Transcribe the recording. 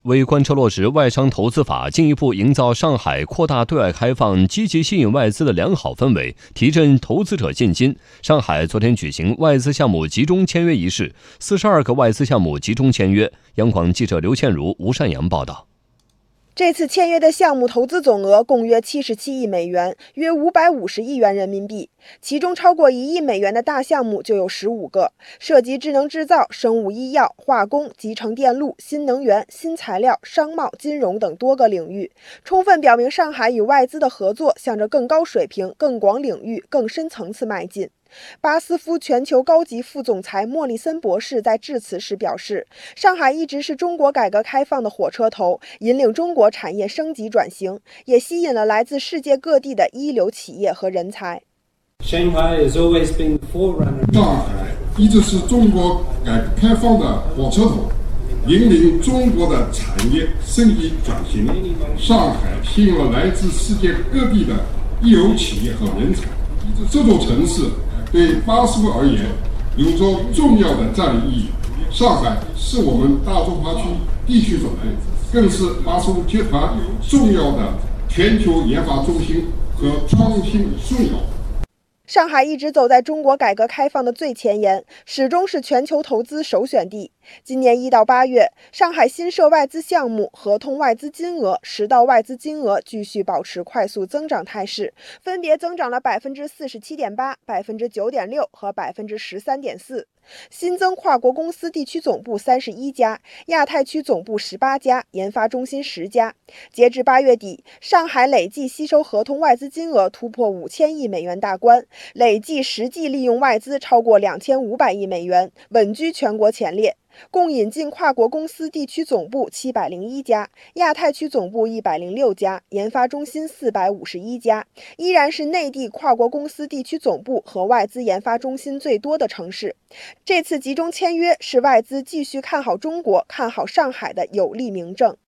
为贯彻落实外商投资法，进一步营造上海扩大对外开放、积极吸引外资的良好氛围，提振投资者信心，上海昨天举行外资项目集中签约仪式，42个外资项目集中签约。央广记者刘倩茹、吴善阳报道。 这次签约的项目投资总额共约77亿美元，约550亿元人民币，其中超过1亿美元的大项目就有15个，涉及智能制造、生物医药、化工、集成电路、新能源、新材料、商贸、金融等多个领域，充分表明上海与外资的合作向着更高水平、更广领域、更深层次迈进。巴斯夫全球高级副总裁莫里森博士在致辞时表示，上海一直是中国改革开放的火车头，引领中国产业升级转型，也吸引了来自世界各地的一流企业和人才。 上海一直是中国改革开放的火车头，引领中国的产业升级转型。上海吸引了来自世界各地的一流企业和人才。这座城市对巴斯夫而言有着重要的战略意义。上海是我们大中华区地区总部，更是巴斯夫集团重要的全球研发中心和创新枢纽。 上海一直走在中国改革开放的最前沿，始终是全球投资首选地。今年1到8月，上海新设外资项目、合同外资金额、实到外资金额继续保持快速增长态势，分别增长了47.8%、9.6%和13.4%。新增跨国公司地区总部31家，亚太区总部18家，研发中心10家。截至8月底，上海累计吸收合同外资金额突破5000亿美元大关，累计实际利用外资超过2500亿美元，稳居全国前列。共引进跨国公司地区总部701家，亚太区总部106家，研发中心451家，依然是内地跨国公司地区总部和外资研发中心最多的城市。这次集中签约是外资继续看好中国、看好上海的有力明证。